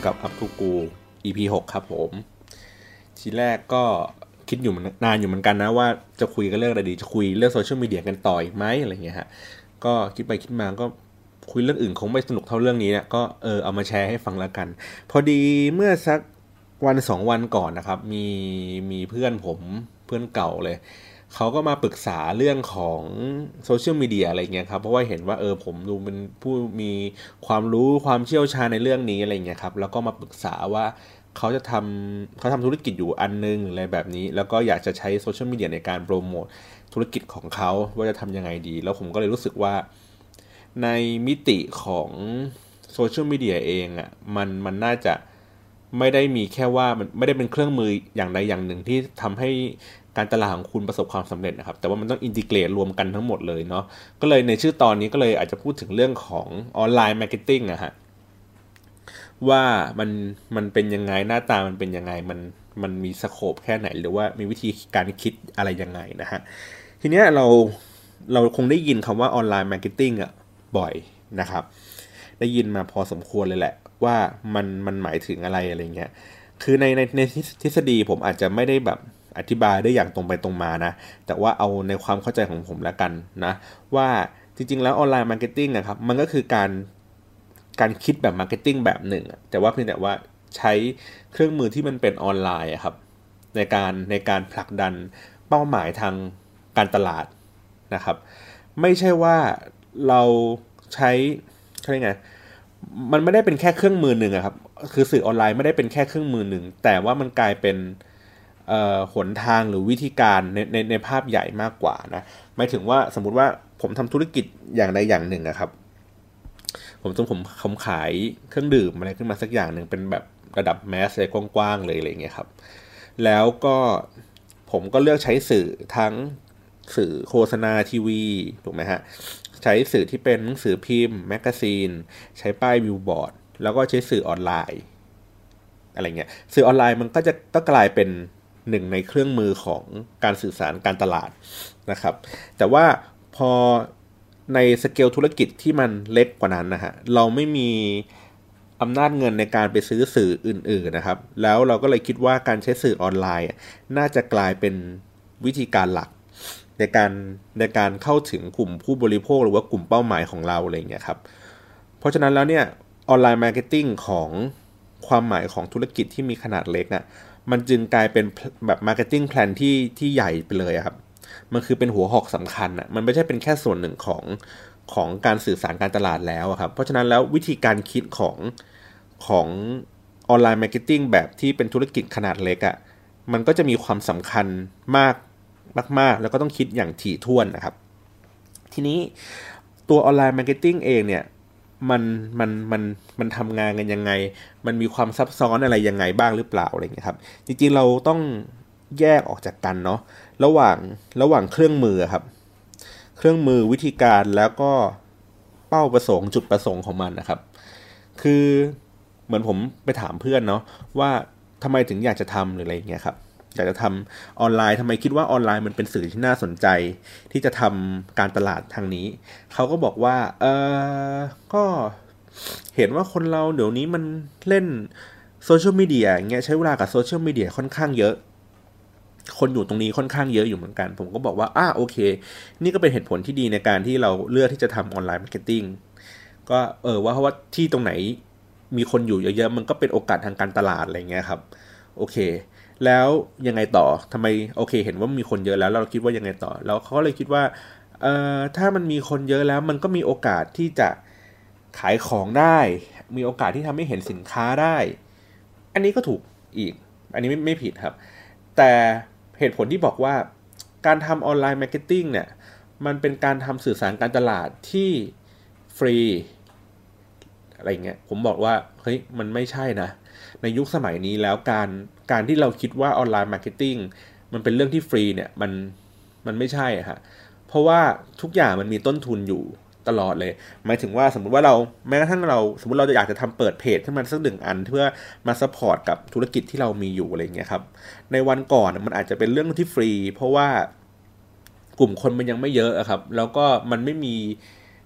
กับ Up to Go EP 6ครับผมทีแรกก็คิดอยู่นานอยู่เหมือนกันนะว่าจะคุยกันเรื่องอะไรดีจะคุยเรื่องโซเชียลมีเดียกันต่ออีกไหมอะไรเงี้ยฮะก็คิดไปคิดมาก็คุยเรื่องอื่นคงไม่สนุกเท่าเรื่องนี้เนี่ยก็เอามาแชร์ให้ฟังแล้วกันพอดีเมื่อสักวัน2 วันก่อนนะครับมีเพื่อนผมเพื่อนเก่าเลยเขาก็มาปรึกษาเรื่องของโซเชียลมีเดียอะไรเงี้ยครับเพราะว่าเห็นว่าผมดูเป็นผู้มีความรู้ความเชี่ยวชาญในเรื่องนี้อะไรเงี้ยครับแล้วก็มาปรึกษาว่าเขาทำธุรกิจอยู่อันนึงอะไรแบบนี้แล้วก็อยากจะใช้โซเชียลมีเดียในการโปรโมทธุรกิจของเขาว่าจะทำยังไงดีแล้วผมก็เลยรู้สึกว่าในมิติของโซเชียลมีเดียเองอ่ะมันน่าจะไม่ได้มีแค่ว่ามันไม่ได้เป็นเครื่องมืออย่างใดอย่างหนึ่งที่ทำให้การตลาดของคุณประสบความสำเร็จนะครับแต่ว่ามันต้องอินทิเกรตรวมกันทั้งหมดเลยเนาะก็เลยในชื่อตอนนี้ก็เลยอาจจะพูดถึงเรื่องของออนไลน์มาร์เก็ตติ้งอะฮะว่ามันเป็นยังไงหน้าตามันเป็นยังไงมันมีสโคปแค่ไหนหรือว่ามีวิธีการคิดอะไรยังไงนะฮะทีเนี้ยเราคงได้ยินคำว่าออนไลน์มาร์เก็ตติ้งอะบ่อยนะครับได้ยินมาพอสมควรเลยแหละว่ามันหมายถึงอะไรเงี้ยคือในทฤษฎีผมอาจจะไม่ได้แบบอธิบายได้อย่างตรงไปตรงมานะแต่ว่าเอาในความเข้าใจของผมแล้วกันนะว่าจริงๆแล้วออนไลน์มาร์เก็ตติ้งนะครับมันก็คือการคิดแบบมาร์เก็ตติ้งแบบหนึ่งแต่ว่าเพียงแต่ว่าใช้เครื่องมือที่มันเป็นออนไลน์ครับในการผลักดันเป้าหมายทางการตลาดนะครับไม่ใช่ว่าเราใช้เขาเรียกไงมันไม่ได้เป็นแค่เครื่องมือหนึ่งครับคือสื่อออนไลน์ไม่ได้เป็นแค่เครื่องมือหนึ่งแต่ว่ามันกลายเป็นหนทางหรือวิธีการในภาพใหญ่มากกว่านะหมายถึงว่าสมมุติว่าผมทำธุรกิจอย่างใดอย่างหนึ่งนะครับผมขายเครื่องดื่มอะไรขึ้นมาสักอย่างหนึ่งเป็นแบบระดับแมสเลยกว้างๆเลยอะไรเงี้ยครับแล้วก็ผมก็เลือกใช้สื่อทั้งสื่อโฆษณาทีวีถูกไหมฮะใช้สื่อที่เป็นหนังสือพิมพ์แมกกาซีนใช้ป้ายบิลบอร์ดแล้วก็ใช้สื่อออนไลน์อะไรเงี้ยสื่อออนไลน์มันก็จะต้องกลายเป็นหนึ่งในเครื่องมือของการสื่อสารการตลาดนะครับแต่ว่าพอในสเกลธุรกิจที่มันเล็กกว่านั้นนะฮะเราไม่มีอำนาจเงินในการไปซื้อสื่ออื่นๆนะครับแล้วเราก็เลยคิดว่าการใช้สื่อออนไลน์น่าจะกลายเป็นวิธีการหลักในการเข้าถึงกลุ่มผู้บริโภคหรือว่ากลุ่มเป้าหมายของเราอะไรเงี้ยครับเพราะฉะนั้นแล้วเนี่ยออนไลน์มาร์เก็ตติ้งของความหมายของธุรกิจที่มีขนาดเล็กอ่ะมันจึงกลายเป็นแบบมาร์เก็ตติ้งแพลนที่ใหญ่ไปเลยครับมันคือเป็นหัวหอกสำคัญอ่ะมันไม่ใช่เป็นแค่ส่วนหนึ่งของการสื่อสารการตลาดแล้วครับเพราะฉะนั้นแล้ววิธีการคิดของออนไลน์มาร์เก็ตติ้งแบบที่เป็นธุรกิจขนาดเล็กอ่ะมันก็จะมีความสำคัญมากแล้วก็ต้องคิดอย่างถี่ถ้วนนะครับทีนี้ตัวออนไลน์มาร์เก็ตติ้งเองเนี่ยมันมันทำงานกันยังไงมันมีความซับซ้อนอะไรยังไงบ้างหรือเปล่าอะไรเงี้ยครับจริงๆเราต้องแยกออกจากกันเนาะระหว่างเครื่องมือครับเครื่องมือวิธีการแล้วก็เป้าประสงค์จุดประสงค์ของมันนะครับคือเหมือนผมไปถามเพื่อนเนาะว่าทำไมถึงอยากจะทำหรืออะไรเงี้ยครับอยากจะทำออนไลน์ทำไมคิดว่าออนไลน์มันเป็นสื่อที่น่าสนใจที่จะทำการตลาดทางนี้เขาก็บอกว่าก็เห็นว่าคนเราเดี๋ยวนี้มันเล่นโซเชียลมีเดียอย่างเงี้ยใช้เวลากับโซเชียลมีเดียค่อนข้างเยอะคนอยู่ตรงนี้ค่อนข้างเยอะอยู่เหมือนกันผมก็บอกว่าโอเคนี่ก็เป็นเหตุผลที่ดีในการที่เราเลือกที่จะทำออนไลน์มาร์เก็ตติ้งก็ว่าเพราะว่าที่ตรงไหนมีคนอยู่เยอะๆมันก็เป็นโอกาสทางการตลาดอะไรเงี้ยครับโอเคแล้วยังไงต่อทำไมโอเคเห็นว่ามีคนเยอะแล้วเราคิดว่ายังไงต่อแล้วเขาเลยคิดว่าถ้ามันมีคนเยอะแล้วมันก็มีโอกาสที่จะขายของได้มีโอกาสที่ทำให้เห็นสินค้าได้อันนี้ก็ถูกอีกอันนี้ไม่ผิดครับแต่เหตุผลที่บอกว่าการทำออนไลน์มาร์เก็ตติ้งเนี่ยมันเป็นการทำสื่อสารการตลาดที่ฟรีอะไรเงี้ยผมบอกว่าเฮ้ยมันไม่ใช่นะในยุคสมัยนี้แล้วการที่เราคิดว่าออนไลน์มาร์เก็ตติ้งมันเป็นเรื่องที่ฟรีเนี่ยมันไม่ใช่ฮะเพราะว่าทุกอย่างมันมีต้นทุนอยู่ตลอดเลยหมายถึงว่าสมมุติว่าเราแม้กระทั่งเราสมมติเราจะอยากจะทำเปิดเพจขึ้นมาสัก1 อันเพื่อมาซัพพอร์ตกับธุรกิจที่เรามีอยู่อะไรเงี้ยครับในวันก่อนมันอาจจะเป็นเรื่องที่ฟรีเพราะว่ากลุ่มคนมันยังไม่เยอะครับแล้วก็มันไม่มี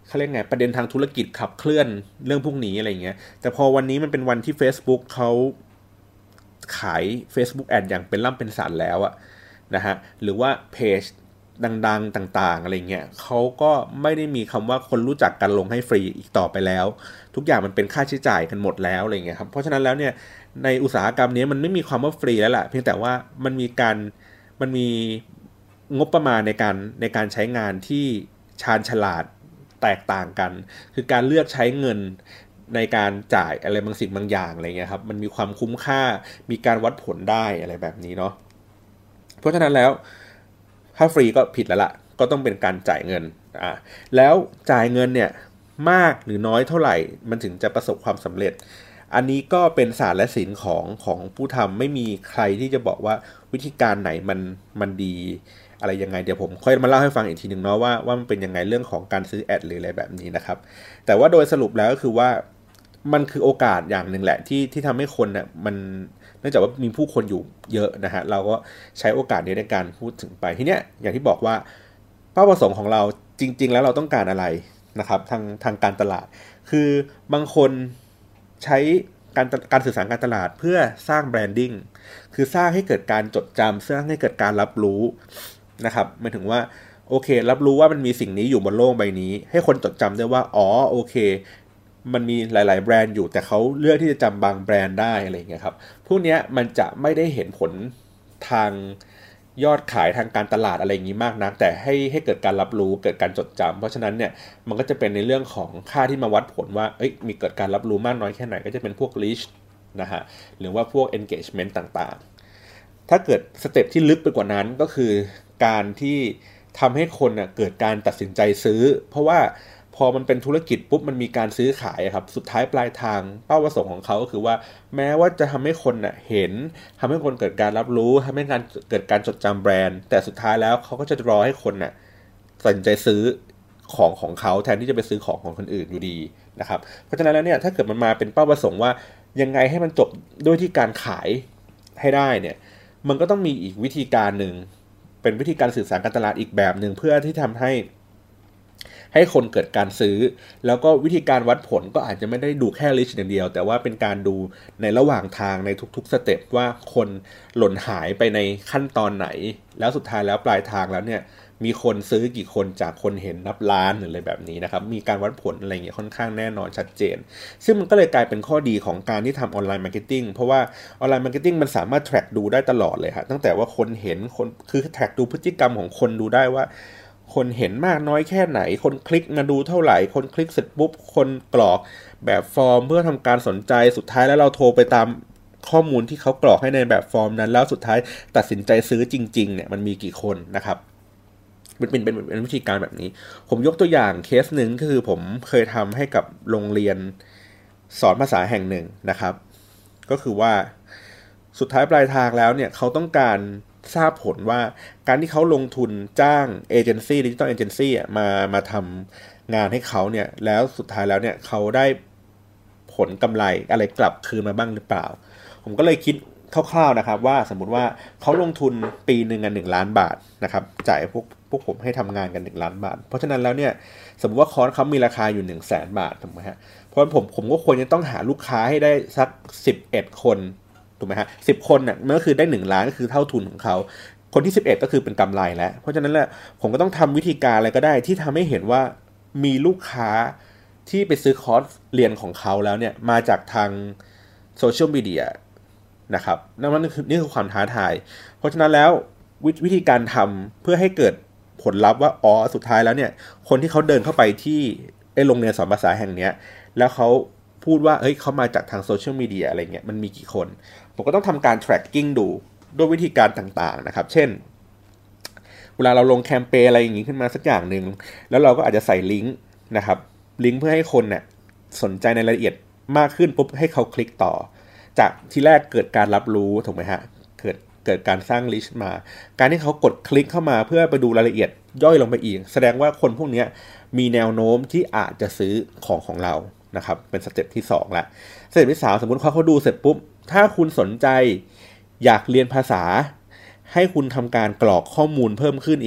เขาเรียกไงประเด็นทางธุรกิจขับเคลื่อนเรื่องพวกนี้อะไรเงี้ยแต่พอวันนี้มันเป็นวันที่ Facebook เขาขาย Facebook Ad อย่างเป็นล่ำเป็นสันแล้วอะนะฮะหรือว่าเพจดังๆต่างๆอะไรเงี้ยเขาก็ไม่ได้มีคำว่าคนรู้จักกันลงให้ฟรีอีกต่อไปแล้วทุกอย่างมันเป็นค่าใช้จ่ายกันหมดแล้วอะไรเงี้ยครับเพราะฉะนั้นแล้วเนี่ยในอุตสาหกรรมนี้มันไม่มีความว่าฟรีแล้วล่ะเพียงแต่ว่ามันมีงบประมาณในการใช้งานที่ชาญฉลาดแตกต่างกันคือการเลือกใช้เงินในการจ่ายอะไรบางสิ่งบางอย่างอะไรเงี้ยครับมันมีความคุ้มค่ามีการวัดผลได้อะไรแบบนี้เนาะเพราะฉะนั้นแล้วถ้าฟรีก็ผิดแล้วล่ะก็ต้องเป็นการจ่ายเงินแล้วจ่ายเงินเนี่ยมากหรือน้อยเท่าไหร่มันถึงจะประสบความสำเร็จอันนี้ก็เป็นศาสตร์และศิลป์ของผู้ทำไม่มีใครที่จะบอกว่าวิธีการไหนมันดีอะไรยังไงเดี๋ยวผมค่อยมาเล่าให้ฟังอีกทีหนึ่งเนาะว่ามันเป็นยังไงเรื่องของการซื้อแอดหรืออะไรแบบนี้นะครับแต่ว่าโดยสรุปแล้วก็คือว่ามันคือโอกาสอย่างหนึ่งแหละที่ทำให้คนเนี่ยมันเนื่องจากว่ามีผู้คนอยู่เยอะนะฮะเราก็ใช้โอกาสนี้ในการพูดถึงไปทีเนี้ยอย่างที่บอกว่าเป้าประสงค์ของเราจริงๆแล้วเราต้องการอะไรนะครับทางการตลาดคือบางคนใช้การสื่อสารการตลาดเพื่อสร้างแบรนดิ้งคือสร้างให้เกิดการจดจำสร้างให้เกิดการรับรู้นะครับหมายถึงว่าโอเครับรู้ว่ามันมีสิ่งนี้อยู่บนโลกใบนี้ให้คนจดจำได้ว่าอ๋อโอเคมันมีหลายๆแบรนด์อยู่แต่เขาเลือกที่จะจำบางแบรนด์ได้อะไรอย่างเงี้ยครับพวกนี้มันจะไม่ได้เห็นผลทางยอดขายทางการตลาดอะไรอย่างนี้มากนักแต่ให้เกิดการรับรู้เกิดการจดจำเพราะฉะนั้นเนี่ยมันก็จะเป็นในเรื่องของค่าที่มาวัดผลว่ามีเกิดการรับรู้มากน้อยแค่ไหนก็จะเป็นพวก reach นะฮะหรือว่าพวก engagement ต่างๆถ้าเกิดสเต็ปที่ลึกไปกว่านั้นก็คือการที่ทำให้คนเกิดการตัดสินใจซื้อเพราะว่าพอมันเป็นธุรกิจปุ๊บมันมีการซื้อขายครับสุดท้ายปลายทางเป้าประสงค์ของเขาก็คือว่าแม้ว่าจะทำให้คนเห็นทำให้คนเกิดการรับรู้ทำให้เกิดการจดจำแบรนด์แต่สุดท้ายแล้วเขาก็จะรอให้คนตัดสินใจซื้อของเขาแทนที่จะไปซื้อของคนอื่นอยู่ดีนะครับเพราะฉะนั้นแล้วเนี่ยถ้าเกิดมันมาเป็นเป้าประสงค์ว่ายังไงให้มันจบด้วยที่การขายให้ได้เนี่ยมันก็ต้องมีอีกวิธีการหนึ่งเป็นวิธีการสื่อสารการตลาดอีกแบบหนึ่งเพื่อที่ทำให้คนเกิดการซื้อแล้วก็วิธีการวัดผลก็อาจจะไม่ได้ดูแค่ลิสต์อย่างเดียวแต่ว่าเป็นการดูในระหว่างทางในทุกๆสเต็ปว่าคนหล่นหายไปในขั้นตอนไหนแล้วสุดท้ายแล้วปลายทางแล้วเนี่ยมีคนซื้อกี่คนจากคนเห็นนับล้านหรืออะไรแบบนี้นะครับมีการวัดผลอะไรเงี้ยค่อนข้างแน่นอนชัดเจนซึ่งมันก็เลยกลายเป็นข้อดีของการที่ทำออนไลน์มาร์เก็ตติ้งเพราะว่าออนไลน์มาร์เก็ตติ้งมันสามารถ track ดูได้ตลอดเลยครับตั้งแต่ว่าคนเห็นคนคือ track ดูพฤติกรรมของคนดูได้ว่าคนเห็นมากน้อยแค่ไหนคนคลิกมาดูเท่าไหร่คนคลิกเสร็จปุ๊บคนกรอกแบบฟอร์มเพื่อทำการสนใจสุดท้ายแล้วเราโทรไปตามข้อมูลที่เขากรอกให้ในแบบฟอร์มนั้นแล้วสุดท้ายตัดสินใจซื้อจริงๆเนี่ยมันมีกี่คนนะครับเป็นวิธีการแบบนี้ผมยกตัวอย่างเคสหนึ่งก็คือผมเคยทำให้กับโรงเรียนสอนภาษาแห่งหนึ่งนะครับก็คือว่าสุดท้ายปลายทางแล้วเนี่ยเขาต้องการทราบผลว่าการที่เขาลงทุนจ้างเอเจนซี่ดิจิตอลเอเจนซี่มาทำงานให้เขาเนี่ยแล้วสุดท้ายแล้วเนี่ยเขาได้ผลกำไรอะไรกลับคืนมาบ้างหรือเปล่าผมก็เลยคิดคร่าวๆนะครับว่าสมมุติว่าเขาลงทุนปีหนึ่ง1 ล้านบาทนะครับจ่ายพวกผมให้ทำงานกัน1 ล้านบาทเพราะฉะนั้นแล้วเนี่ยสมมติว่าคอร์สเขามีราคาอยู่100,000 บาทถูกไหมฮะเพราะผมก็ควรจะต้องหาลูกค้าให้ได้สัก11 คนถูกไหมฮะ10 คนน่ะมันก็คือได้1 ล้านก็คือเท่าทุนของเขาคนที่11ก็คือเป็นกำไรแล้วเพราะฉะนั้นแหละผมก็ต้องทำวิธีการอะไรก็ได้ที่ทำให้เห็นว่ามีลูกค้าที่ไปซื้อคอร์สเรียนของเขาแล้วเนี่ยมาจากทางโซเชียลมีเดียนะครับนี่คือความท้าทายเพราะฉะนั้นแล้ววิธีการทำเพื่อให้เกิดผลลัพธ์ว่าอ๋อสุดท้ายแล้วเนี่ยคนที่เขาเดินเข้าไปที่โรงเรียนสอนภาษาแห่งเนี้ยแล้วเขาพูดว่าเฮ้ยเขามาจากทางโซเชียลมีเดียอะไรเงี้ยมันมีกี่คนผมก็ต้องทำการ tracking ดูด้วยวิธีการต่างๆนะครับเช่นเวลาเราลงแคมเปญอะไรอย่างงี้ขึ้นมาสักอย่างหนึ่งแล้วเราก็อาจจะใส่ลิงก์นะครับลิงก์เพื่อให้คนเนี่ยสนใจในรายละเอียดมากขึ้นปุ๊บให้เขาคลิกต่อจากที่แรกเกิดการรับรู้ถูกไหมฮะเกิดการสร้างลิสต์มาการที่เขากดคลิกเข้ามาเพื่อไปดูรายละเอียดย่อยลงไปอีกแสดงว่าคนพวกนี้มีแนวโน้มที่อาจจะซื้อของเรานะครับเป็นสเต็ปที่2ละสเต็ปที่3สมมุติเขาดูเสร็จปุ๊บถ้าคุณสนใจอยากเรียนภาษาให้คุณทำการกรอกข้อมูลเพิ่มขึ้นอีก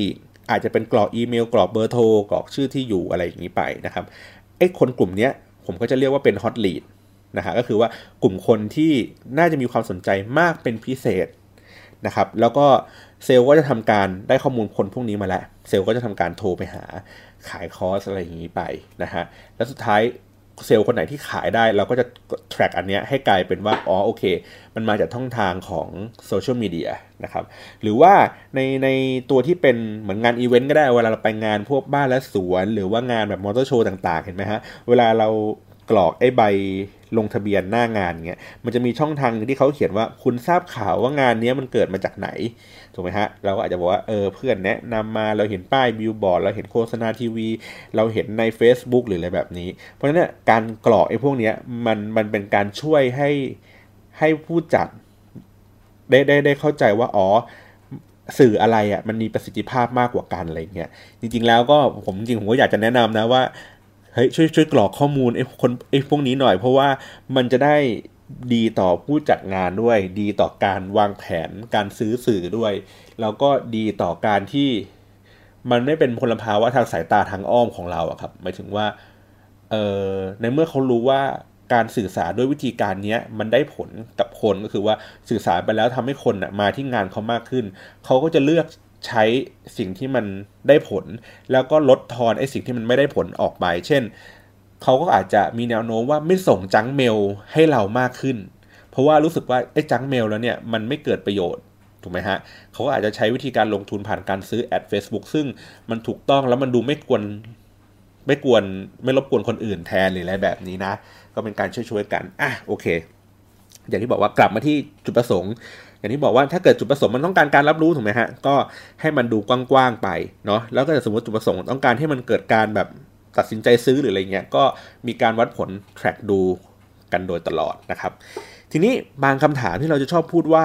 อาจจะเป็นกรอกอีเมลกรอกเบอร์โทรกรอกชื่อที่อยู่อะไรอย่างนี้ไปนะครับไอ้คนกลุ่มนี้ผมก็จะเรียกว่าเป็นฮอตลีดนะฮะก็คือว่ากลุ่มคนที่น่าจะมีความสนใจมากเป็นพิเศษนะครับแล้วก็เซลล์ก็จะทำการได้ข้อมูลคนพวกนี้มาแล้วเซลล์ก็จะทำการโทรไปหาขายคอร์สอะไรอย่างนี้ไปนะฮะแล้วสุดท้ายเซลล์คนไหนที่ขายได้เราก็จะ track อันเนี้ยให้กลายเป็นว่าอ๋อโอเคมันมาจากช่องทางของโซเชียลมีเดียนะครับหรือว่าในตัวที่เป็นเหมือนงานอีเวนต์ก็ได้เวลาเราไปงานพวกบ้านและสวนหรือว่างานแบบมอเตอร์โชว์ต่างๆเห็นไหมฮะเวลาเรากรอกไอ้ใบลงทะเบียนหน้างานเงี้ยมันจะมีช่องทางที่เขาเขียนว่าคุณทราบข่าวว่างานนี้มันเกิดมาจากไหนถูกไหมฮะเราก็อาจจะบอกว่าเพื่อนแนะนำมาเราเห็นป้ายบิลบอร์ดเราเห็นโฆษณาทีวีเราเห็นใน Facebook หรืออะไรแบบนี้เพราะฉะนั้นเนี่ยการกรอกไอ้พวกนี้มันเป็นการช่วยให้ผู้จัดได้เข้าใจว่าอ๋อสื่ออะไรอ่ะมันมีประสิทธิภาพมากกว่ากันอะไรเงี้ยจริงๆแล้วก็ผมก็อยากจะแนะนำนะว่าเฮ้ยช่วยกรอกข้อมูลไอ้พวกนี้หน่อยเพราะว่ามันจะได้ดีต่อผู้จัดงานด้วยดีต่อการวางแผนการซื้อสื่อด้วยแล้วก็ดีต่อการที่มันไม่เป็นพลภาวะทางสายตาทางอ้อมของเราอะครับหมายถึงว่าในเมื่อเขารู้ว่าการสื่อสารด้วยวิธีการนี้มันได้ผลกับคนก็คือว่าสื่อสารไปแล้วทำให้คนมาที่งานเขามากขึ้นเขาก็จะเลือกใช้สิ่งที่มันได้ผลแล้วก็ลดทอนไอ้สิ่งที่มันไม่ได้ผลออกไปเช่นเขาก็อาจจะมีแนวโน้มว่าไม่ส่งจังเมลให้เรามากขึ้นเพราะว่ารู้สึกว่าไอ้จังเมลแล้วเนี่ยมันไม่เกิดประโยชน์ถูกไหมฮะเขาก็อาจจะใช้วิธีการลงทุนผ่านการซื้อแอด Facebook ซึ่งมันถูกต้องแล้วมันดูไม่รบกวนคนอื่นแทนหรืออะไรแบบนี้นะก็เป็นการช่วยๆกันโอเคอย่างที่บอกว่ากลับมาที่จุดประสงค์อย่างที่บอกว่าถ้าเกิดจุดประสงค์มันต้องการรับรู้ถูกไหมฮะก็ให้มันดูกว้างๆไปเนาะแล้วก็สมมติจุดประสงค์ต้องการให้มันเกิดการแบบตัดสินใจซื้อหรืออะไรเงี้ยก็มีการวัดผล track ดูกันโดยตลอดนะครับทีนี้บางคำถามที่เราจะชอบพูดว่า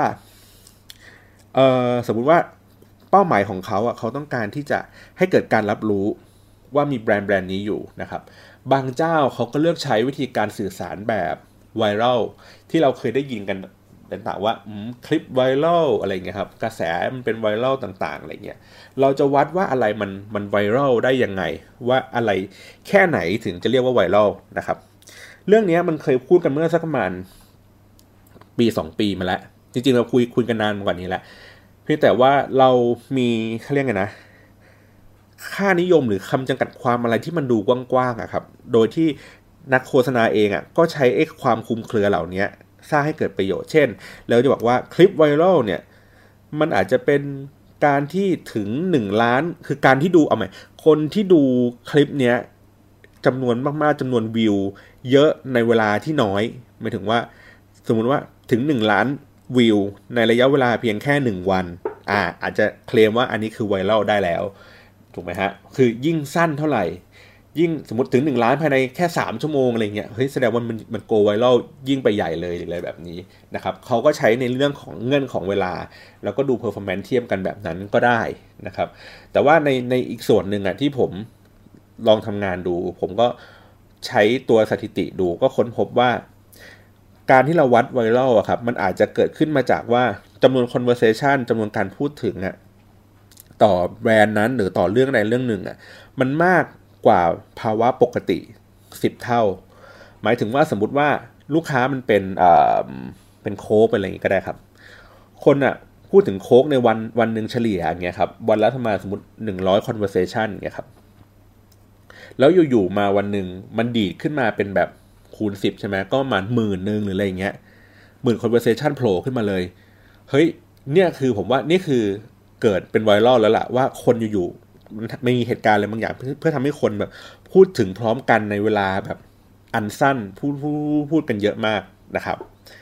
สมมุติว่าเป้าหมายของเขาเขาต้องการที่จะให้เกิดการรับรู้ว่ามีแบรนด์นี้อยู่นะครับบางเจ้าเขาก็เลือกใช้วิธีการสื่อสารแบบไวรัลที่เราเคยได้ยินกันต่างๆว่าคลิปไวรัลอะไรเงี้ยครับกระแสมันเป็นไวรัลต่างๆอะไรเงี้ยเราจะวัดว่าอะไรมันไวรัลได้ยังไงว่าอะไรแค่ไหนถึงจะเรียกว่าไวรัลนะครับเรื่องนี้มันเคยพูดกันเมื่อสักประมาณปี2 ปีมาแล้วจริงๆเราคุยกันนานกว่านี้แหละเพียงแต่ว่าเรามีเขาเรียกไงนะค่านิยมหรือคำจำกัดความอะไรที่มันดูกว้างๆอะครับโดยที่นักโฆษณาเองก็ใช้ความคลุมเครือเหล่านี้สร้างให้เกิดประโยชน์เช่นเราจะบอกว่าคลิปไวรัลเนี่ยมันอาจจะเป็นการที่ถึง1 ล้านคือการที่ดูเอาใหม่คนที่ดูคลิปเนี้ยจำนวนมากๆจำนวนวิวเยอะในเวลาที่น้อยหมายถึงว่าสมมุติว่าถึง1 ล้านวิวในระยะเวลาเพียงแค่1 วันอาจจะเคลมว่าอันนี้คือไวรัลได้แล้วถูกไหมฮะคือยิ่งสั้นเท่าไหร่ยิ่งสมมติถึง1 ล้านภายในแค่3 ชั่วโมงอะไรเงี้ยเฮ้ยแสดงว่ามันโกไวรัลยิ่งไปใหญ่เลยอะไรแบบนี้นะครับเขาก็ใช้ในเรื่องของเงื่อนของเวลาแล้วก็ดูเพอร์ฟอร์แมนซ์เทียมกันแบบนั้นก็ได้นะครับแต่ว่าในอีกส่วนหนึ่งที่ผมลองทำงานดูผมก็ใช้ตัวสถิติดูก็ค้นพบว่าการที่เราวัดไวรัลครับมันอาจจะเกิดขึ้นมาจากว่าจำนวน conversation จำนวนการพูดถึงต่อแบรนด์นั้นหรือต่อเรื่องใดเรื่องหนึ่งมันมากกว่าภาวะปกติ10 เท่าหมายถึงว่าสมมุติว่าลูกค้ามันเป็นโค้กอะไรอย่างงี้ก็ได้ครับคนพูดถึงโค้กในวันหนึ่งเฉลี่ยอย่างเงี้ยครับวันละประมาณสมมติ100 conversation อย่างเงี้ยครับแล้วอยู่ๆมาวันหนึ่งมันดีดขึ้นมาเป็นแบบคูณ10ใช่ไหมก็ประมาณ10,000หรืออะไรอย่างเงี้ย10,000 conversation โผล่ขึ้นมาเลยเฮ้ยเนี่ยคือผมว่านี่คือเกิดเป็นไวรัลแล้วล่ะว่าคนอยู่ๆไม่มีเหตุการณ์อะไรบางอย่างเพื่อทำให้คนแบบพูดถึงพร้อมกันในเวลาแบบอันสั้นพูดกันเยอะมากนะครับ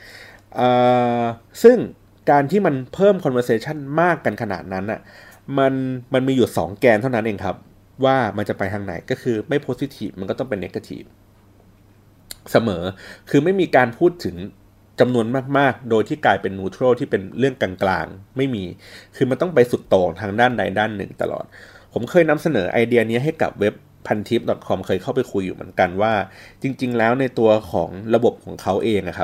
ซึ่งการที่มันเพิ่ม conversation มากกันขนาดนั้นมันมีอยู่2 แกนเท่านั้นเองครับว่ามันจะไปทางไหนก็คือไม่ positive มันก็ต้องเป็น negative เสมอคือไม่มีการพูดถึงจำนวนมากๆโดยที่กลายเป็นนูโตรที่เป็นเรื่องกลางๆไม่มีคือมันต้องไปสุดโต่งทางด้านใดด้านหนึ่งตลอดผมเคยนำเสนอไอเดียนี้ให้กับเว็บพันทิป .com เคยเข้าไปคุยอยู่เหมือนกันว่าจริงๆแล้วในตัวของระบบของเขาเองครับ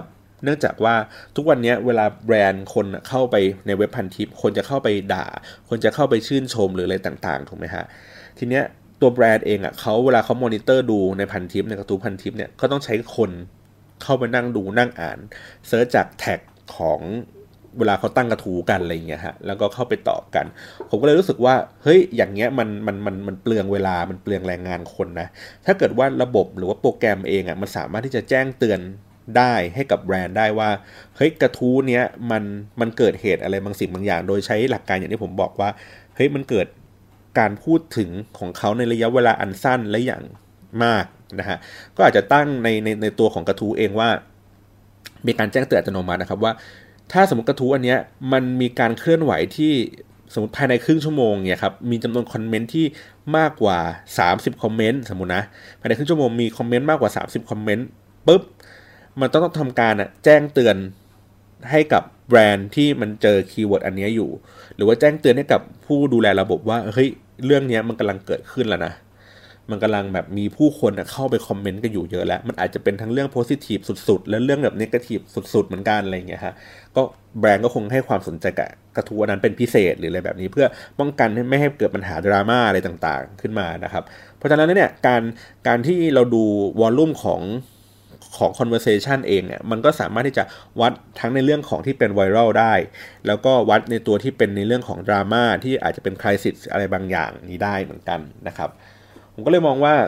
เนื่องจากว่าทุกวันนี้เวลาแบรนด์คนเข้าไปในเว็บพันทิปคนจะเข้าไปด่าคนจะเข้าไปชื่นชมหรืออะไรต่างๆถูกไหมฮะทีเนี้ยตัวแบรนด์เองเขาเวลาเขามอนิเตอร์ดูในพันทิปในกระทู้พันทิปเนี่ยก็ต้องใช้คนเข้าไปนั่งดูนั่งอ่านเซิร์ชจากแท็กของเวลาเขาตั้งกระทู้กันอะไรอย่างเงี้ยฮะแล้วก็เข้าไปตอบกันผมก็เลยรู้สึกว่าเฮ้ยอย่างเงี้ยมันเปลืองเวลามันเปลืองแรงงานคนนะถ้าเกิดว่าระบบหรือว่าโปรแกรมเองมันสามารถที่จะแจ้งเตือนได้ให้กับแบรนด์ได้ว่าเฮ้ยกระทู้เนี้ยมันเกิดเหตุอะไรบางสิ่งบางอย่างโดยใช้หลักการอย่างที่ผมบอกว่าเฮ้ยมันเกิดการพูดถึงของเขาในระยะเวลาอันสั้นและอย่างมากนะฮะก็อาจจะตั้งในตัวของกระทู้เองว่ามีการแจ้งเตือนอัตโนมัตินะครับว่าถ้าสมมติกระทู้อันเนี้ยมันมีการเคลื่อนไหวที่สมมติภายในครึ่งชั่วโมงเนี่ยครับมีจำนวนคอมเมนต์ที่มากกว่า30คอมเมนต์สมมุตินะภายในครึ่งชั่วโมงมีคอมเมนต์มากกว่า30คอมเมนต์ปุ๊บมันต้องทำการแจ้งเตือนให้กับแบรนด์ที่มันเจอคีย์เวิร์ดอันนี้อยู่หรือว่าแจ้งเตือนให้กับผู้ดูแลระบบว่าเฮ้ยเรื่องนี้มันกำลังเกิดขึ้นแล้วนะมันกำลังแบบมีผู้คนเข้าไปคอมเมนต์กันอยู่เยอะแล้วมันอาจจะเป็นทั้งเรื่องโพสิทีฟสุดๆและเรื่องแบบเนกาทีฟสุดๆเหมือนกันอะไรอย่างเงี้ยฮะก็แบรนด์ก็คงให้ความสนใจกับกระทู้นั้นเป็นพิเศษหรืออะไรแบบนี้เพื่อป้องกันไม่ให้เกิดปัญหาดราม่าอะไรต่างๆขึ้นมานะครับเพราะฉะนั้นเนี่ยการที่เราดูวอลลุ่มของ conversation เองเนี่ยมันก็สามารถที่จะวัดทั้งในเรื่องของที่เป็นไวรัลได้แล้วก็วัดในตัวที่เป็นในเรื่องของดราม่าที่อาจจะเป็นคริสิสอะไรบางอย่างนี้ได้เหมือนกันนะครับผมก็เลยมองว่า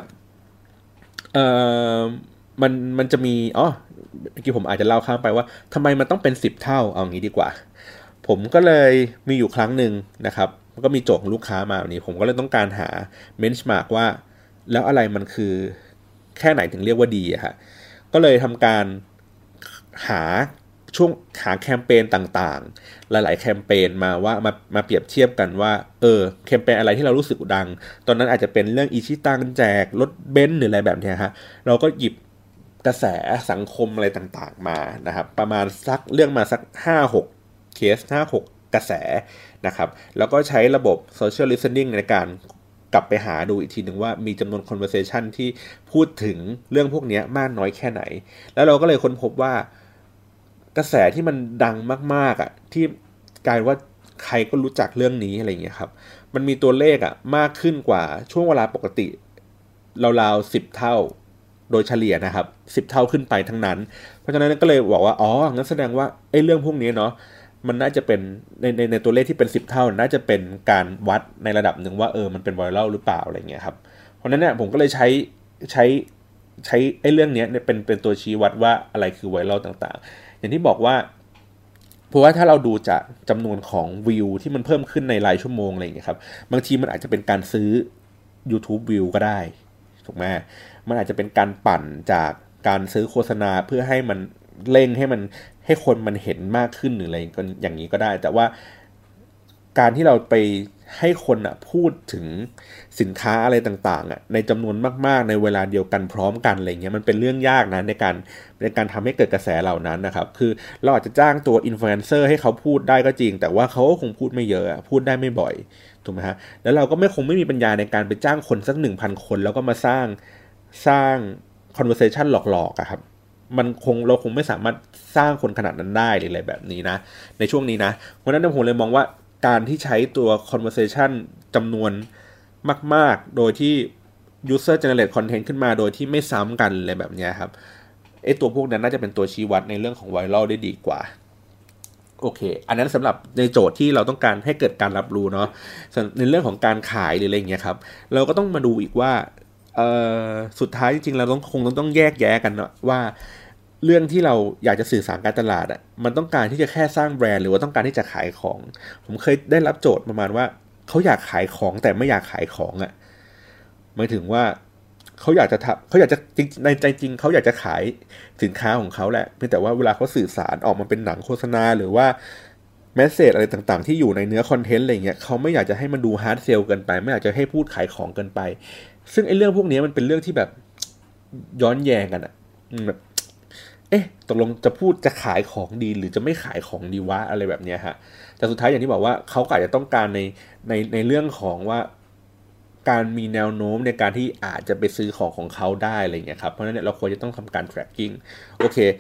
มันจะมีเมื่อกี้ผมอาจจะเล่าข้ามไปว่าทำไมมันต้องเป็น10เท่าเอางี้ดีกว่าผมก็เลยมีอยู่ครั้งหนึ่งนะครับก็มีโจทย์ของลูกค้ามาวันนี้ผมก็เลยต้องการหาเบนช์มาร์กว่าแล้วอะไรมันคือแค่ไหนถึงเรียกว่าดีอะฮะก็เลยทำการหาแคมเปญต่างๆหลายๆแคมเปญมาเปรียบเทียบกันว่าแคมเปญอะไรที่เรารู้สึกดังตอนนั้นอาจจะเป็นเรื่องอิชิตังแจกรถเบนซ์หรืออะไรแบบนี้ฮะเราก็หยิบกระแสสังคมอะไรต่างๆมานะครับประมาณเรื่องมาสัก 5-6 เคส 5-6 กระแสนะครับแล้วก็ใช้ระบบ social listening ในการกลับไปหาดูอีกทีหนึ่งว่ามีจำนวน conversation ที่พูดถึงเรื่องพวกนี้มากน้อยแค่ไหนแล้วเราก็เลยค้นพบว่ากระแสที่มันดังมากๆที่กลายว่าใครก็รู้จักเรื่องนี้อะไรอย่างเงี้ยครับมันมีตัวเลขมากขึ้นกว่าช่วงเวลาปกติราวๆ10เท่าโดยเฉลี่ยนะครับ10เท่าขึ้นไปทั้งนั้นเพราะฉะนั้นก็เลยบอกว่างั้นแสดงว่าไอ้เรื่องพวกนี้เนาะมันน่าจะเป็นในตัวเลขที่เป็น10เท่าน่าจะเป็นการวัดในระดับหนึ่งว่ามันเป็นไวรัลหรือเปล่าอะไรเงี้ยครับเพราะฉะนั้นเนี่ยผมก็เลยใช้ไอ้เรื่องนี้เป็นตัวชี้วัดว่าอะไรคือไวรัลต่างๆอย่างที่บอกว่าเพราะว่าถ้าเราดูจากจำนวนของวิวที่มันเพิ่มขึ้นในรายชั่วโมงอะไรอย่างเงี้ยครับบางทีมันอาจจะเป็นการซื้อ YouTube วิวก็ได้ถูกไหมมันอาจจะเป็นการปั่นจากการซื้อโฆษณาเพื่อให้มันเร่งให้คนมันเห็นมากขึ้นหรืออะไรอย่างนี้ก็ได้แต่ว่าการที่เราไปให้คนพูดถึงสินค้าอะไรต่างๆในจำนวนมากๆในเวลาเดียวกันพร้อมกันอะไรเงี้ยมันเป็นเรื่องยากนะในการทำให้เกิดกระแสเหล่านั้นนะครับคือเราอาจจะจ้างตัวอินฟลูเอนเซอร์ให้เขาพูดได้ก็จริงแต่ว่าเขาก็คงพูดไม่เยอะพูดได้ไม่บ่อยถูกไหมฮะแล้วเราก็ไม่มีปัญญาในการไปจ้างคนสัก 1,000 คนแล้วก็มาสร้าง conversation หลอกๆครับเราคงไม่สามารถสร้างคนขนาดนั้นได้หรืออะไรแบบนี้นะในช่วงนี้นะเพราะฉะนั้นผมเลยมองว่าการที่ใช้ตัว conversation จำนวนมากๆโดยที่ user generate content ขึ้นมาโดยที่ไม่ซ้ำกันอะไรแบบนี้ครับไอตัวพวกนั้นน่าจะเป็นตัวชี้วัดในเรื่องของ viral ได้ดีกว่าโอเคอันนั้นสำหรับในโจทย์ที่เราต้องการให้เกิดการรับรู้เนาะในเรื่องของการขายหรืออะไรอย่างเงี้ยครับเราก็ต้องมาดูอีกว่าสุดท้ายจริงๆเราคงต้องแยกแยะกันเนาะว่าเรื่องที่เราอยากจะสื่อสารการตลาดมันต้องการที่จะแค่สร้างแบรนด์หรือว่าต้องการที่จะขายของผมเคยได้รับโจทย์ประมาณว่าเขาอยากขายของแต่ไม่อยากขายของหมายถึงว่าเขาอยากจะจริงในใจจริงเขาอยากจะขายสินค้าของเขาแหละเพียงแต่ว่าเวลาเขาสื่อสารออกมาเป็นหนังโฆษณาหรือว่าแมสเสจอะไรต่างๆที่อยู่ในเนื้อคอนเทนต์อะไรเงี้ยเขาไม่อยากจะให้มันดูฮาร์ดเซลเกินไปไม่อยากจะให้พูดขายของเกินไปซึ่งไอ้เรื่องพวกนี้มันเป็นเรื่องที่แบบย้อนแย้งกันแบบตกลงจะพูดจะขายของดีหรือจะไม่ขายของดีวะอะไรแบบนี้ฮะแต่สุดท้ายอย่างที่บอกว่าเขาอาจจะต้องการในเรื่องของว่าการมีแนวโน้มในการที่อาจจะไปซื้อของเขาได้อะไรเงี้ยครับเพราะฉะนั้นเราควรจะต้องทำการ tracking โอเค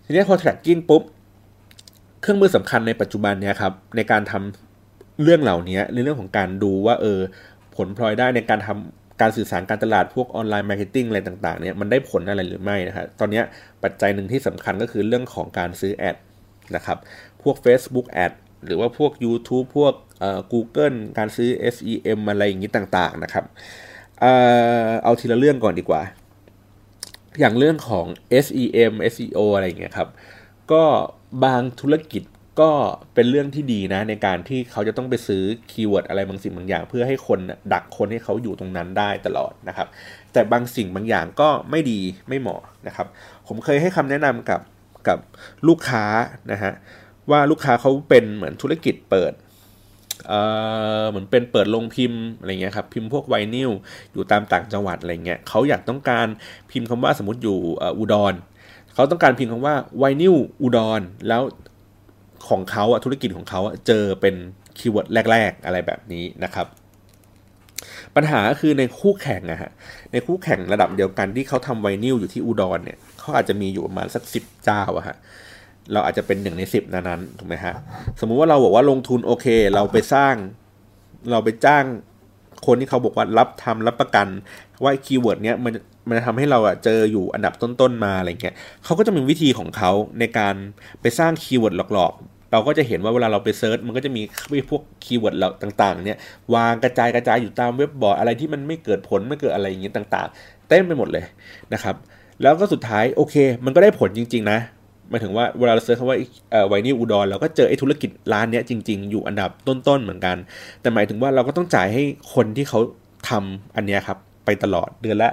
ทีนี้พอ tracking ปุ๊บเครื่องมือสำคัญในปัจจุบันเนี่ยครับในการทำเรื่องเหล่านี้ในเรื่องของการดูว่าผลพลอยได้ในการทำการสื่อสารการตลาดพวกออนไลน์มาร์เก็ตติ้งอะไรต่างๆเนี่ยมันได้ผลอะไรหรือไม่นะครับตอนนี้ปัจจัยหนึ่งที่สำคัญก็คือเรื่องของการซื้อแอดนะครับพวก Facebook Ad หรือว่าพวก YouTube พวกGoogle การซื้อ SEM อะไรอย่างนี้ต่างๆนะครับเอาทีละเรื่องก่อนดีกว่าอย่างเรื่องของ SEM SEO อะไรอย่างเงี้ยครับก็บางธุรกิจก็เป็นเรื่องที่ดีนะในการที่เขาจะต้องไปซื้อคีย์เวิร์ดอะไรบางสิ่งบางอย่างเพื่อให้คนดักคนให้เขาอยู่ตรงนั้นได้ตลอดนะครับแต่บางสิ่งบางอย่างก็ไม่ดีไม่เหมาะนะครับผมเคยให้คำแนะนำกับลูกค้านะฮะว่าลูกค้าเขาเป็นเหมือนธุรกิจเปิดเหมือนเป็นเปิดโรงพิมพ์อะไรเงี้ยครับพิมพ์พวกไวนิลอยู่ตามต่างจังหวัดอะไรเงี้ยเขาอยากต้องการพิมพ์คำว่าสมมติอยู่อุดรเขาต้องการพิมพ์คำว่าไวนิลอุดรแล้วของเขาธุรกิจของเขาเจอเป็นคีย์เวิร์ดแรกๆอะไรแบบนี้นะครับปัญหาคือในคู่แข่งในคู่แข่งระดับเดียวกันที่เขาทำไวนิลอยู่ที่อุดรเนี่ยเขาอาจจะมีอยู่ประมาณสัก10 เจ้าเราอาจจะเป็น1 ใน 10นั้นถูกไหมฮะสมมุติว่าเราบอกว่าลงทุนโอเคเราไปจ้างคนที่เขาบอกว่ารับประกันว่าคีย์เวิร์ดเนี้ยมันจะทำให้เราเจออยู่อันดับต้นๆมาอะไรเงี้ยเขาก็จะมีวิธีของเขาในการไปสร้างคีย์เวิร์ดหลอกๆเราก็จะเห็นว่าเวลาเราไปเซิร์ชมันก็จะมีพวกคีย์เวิร์ดเราต่างๆเนี่ยวางกระจายอยู่ตามเว็บบอร์ดอะไรที่มันไม่เกิดผลไม่เกิดอะไรอย่างเงี้ยต่างๆเต็มไปหมดเลยนะครับแล้วก็สุดท้ายโอเคมันก็ได้ผลจริงๆนะหมายถึงว่าเวลาเราเซิร์ชคำว่าไวนิลอุดรเราก็เจอไอ้ธุรกิจร้านเนี้ยจริงๆอยู่อันดับต้นๆเหมือนกันแต่หมายถึงว่าเราก็ต้องจ่ายให้คนที่เขาทำอันเนี้ยครับไปตลอดเดือนละ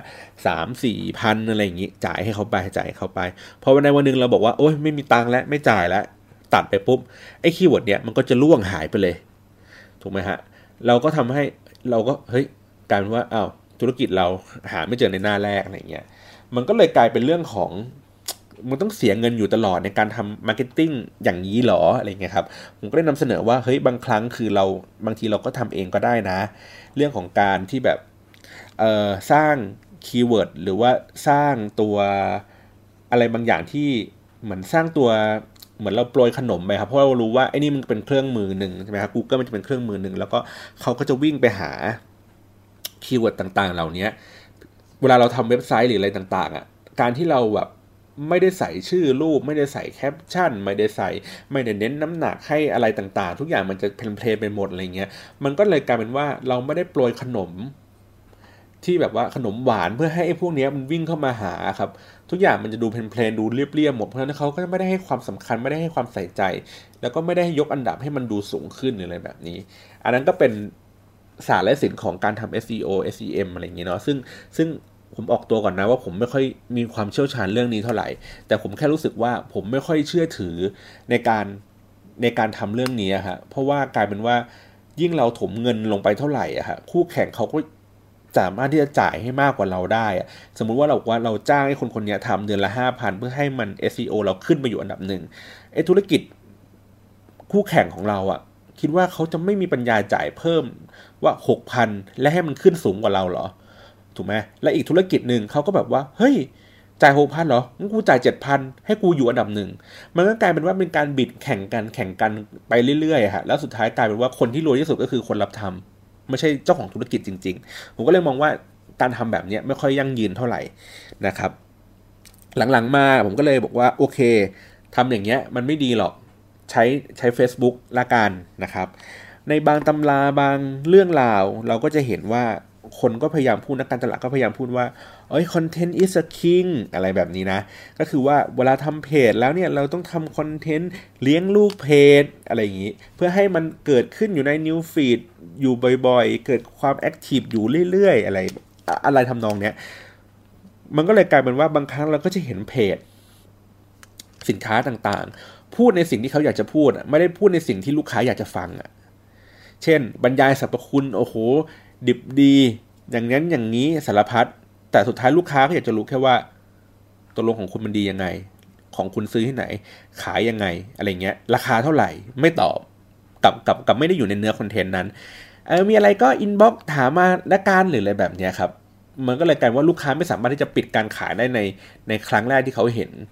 3-4 พันอะไรอย่างงี้จ่ายให้เขาไปพอวันใดวันหนึ่งเราบอกว่าโอ๊ยไม่มีตังค์แล้วไม่จ่ายแล้วตัดไปปุ๊บไอ้คีย์เวิร์ดเนี้ยมันก็จะล่วงหายไปเลยถูกไหมฮะเราก็ทำให้เราก็เฮ้ยกลายเป็นว่าธุรกิจเราหาไม่เจอในหน้าแรกอะไรเงี้ยมันก็เลยกลายเป็นเรื่องของมันต้องเสียเงินอยู่ตลอดในการทำมาร์เก็ตติ้งอย่างนี้หรออะไรเงี้ยครับผมก็ได้นำเสนอว่าเฮ้ยบางครั้งคือบางทีเราก็ทำเองก็ได้นะเรื่องของการที่แบบสร้างคีย์เวิร์ดหรือว่าสร้างตัวอะไรบางอย่างที่เหมือนสร้างตัวเหมือนเราโปรยขนมไปครับเพราะเรารู้ว่าไอ้นี่มันเป็นเครื่องมือหนึ่งใช่ไหมครับ Google มันจะเป็นเครื่องมือหนึ่งแล้วก็เขาก็จะวิ่งไปหาคีย์เวิร์ดต่างๆเหล่านี้เวลาเราทำเว็บไซต์หรืออะไรต่างๆการที่เราแบบไม่ได้ใส่ชื่อรูปไม่ได้ใส่แคปชั่นไม่ได้เน้นน้ำหนักให้อะไรต่างๆทุกอย่างมันจะเพลนไปหมดอะไรเงี้ยมันก็เลยกลายเป็นว่าเราไม่ได้โปรยขนมที่แบบว่าขนมหวานเพื่อให้ไอ้พวกนี้มันวิ่งเข้ามาหาครับทุกอย่างมันจะดูเพลนดูเรียบๆหมดเพราะฉะนั้นเขาก็ไม่ได้ให้ความสำคัญไม่ได้ให้ความใส่ใจแล้วก็ไม่ได้ยกอันดับให้มันดูสูงขึ้นหรืออะไรแบบนี้อันนั้นก็เป็นศาสตร์และศิลป์ของการทำ SEO SEM อะไรอย่างเงี้ยเนาะซึ่งผมออกตัวก่อนนะว่าผมไม่ค่อยมีความเชี่ยวชาญเรื่องนี้เท่าไหร่แต่ผมแค่รู้สึกว่าผมไม่ค่อยเชื่อถือในการทำเรื่องนี้เพราะว่ากลายเป็นว่ายิ่งเราถมเงินลงไปเท่าไหร่คู่แข่งเขาก็สามารถที่จะจ่ายให้มากกว่าเราได้สมมุติว่าเราจ้างให้คนนี้ทำเดือนละ 5,000 เพื่อให้มัน SEO เราขึ้นมาอยู่อันดับหนึ่งไอ้ธุรกิจคู่แข่งของเราคิดว่าเขาจะไม่มีปัญญาจ่ายเพิ่มว่า 6,000 และให้มันขึ้นสูงกว่าเราเหรอถูกไหมและอีกธุรกิจหนึ่งเขาก็แบบว่าเฮ้ยจ่าย 6,000 เหรองั้นกูจ่าย 7,000 ให้กูอยู่อันดับหนึ่งมันก็กลายเป็นว่าเป็นการบิดแข่งกันไปเรื่อยๆแล้วสุดท้ายกลายเป็นว่าคนที่รวยที่สุดก็คือคนรับทำไม่ใช่เจ้าของธุรกิจจริงๆผมก็เลยมองว่าการทำแบบนี้ไม่ค่อยยั่งยืนเท่าไหร่นะครับหลังๆมาผมก็เลยบอกว่าโอเคทำอย่างเงี้ยมันไม่ดีหรอกใช้ Facebook ละกันนะครับในบางตำราบางเรื่องราวเราก็จะเห็นว่าคนก็พยายามพูดนักการตลาดก็พยายามพูดว่าcontent is a king อะไรแบบนี้นะก็คือว่าเวลาทำเพจแล้วเนี่ยเราต้องทำคอนเทนต์เลี้ยงลูกเพจอะไรอย่างนี้เพื่อให้มันเกิดขึ้นอยู่ใน new feed อยู่บ่อยๆเกิดความแอคทีฟอยู่เรื่อยๆอะไรทำนองเนี้ยมันก็เลยกลายเป็นว่าบางครั้งเราก็จะเห็นเพจสินค้าต่างๆพูดในสิ่งที่เขาอยากจะพูดไม่ได้พูดในสิ่งที่ลูกค้าอยากจะฟังเช่นบรรยายสรรพคุณโอ้โหดิบดีอย่างนั้นอย่างนี้สารพัดแต่สุดท้ายลูกค้าก็อยากจะรู้แค่ว่าตัวลงของคุณมันดียังไงของคุณซื้อที่ไหนขายยังไงอะไรเงี้ยราคาเท่าไหร่ไม่ตอบกับไม่ได้อยู่ในเนื้อคอนเทนต์นั้นมีอะไรก็อินบ็อกซ์ถามมาละกันหรืออะไรแบบนี้ครับมันก็เลยกลายว่าลูกค้าไม่สามารถที่จะปิดการขายได้ในครั้งแรกที่เขาเห็น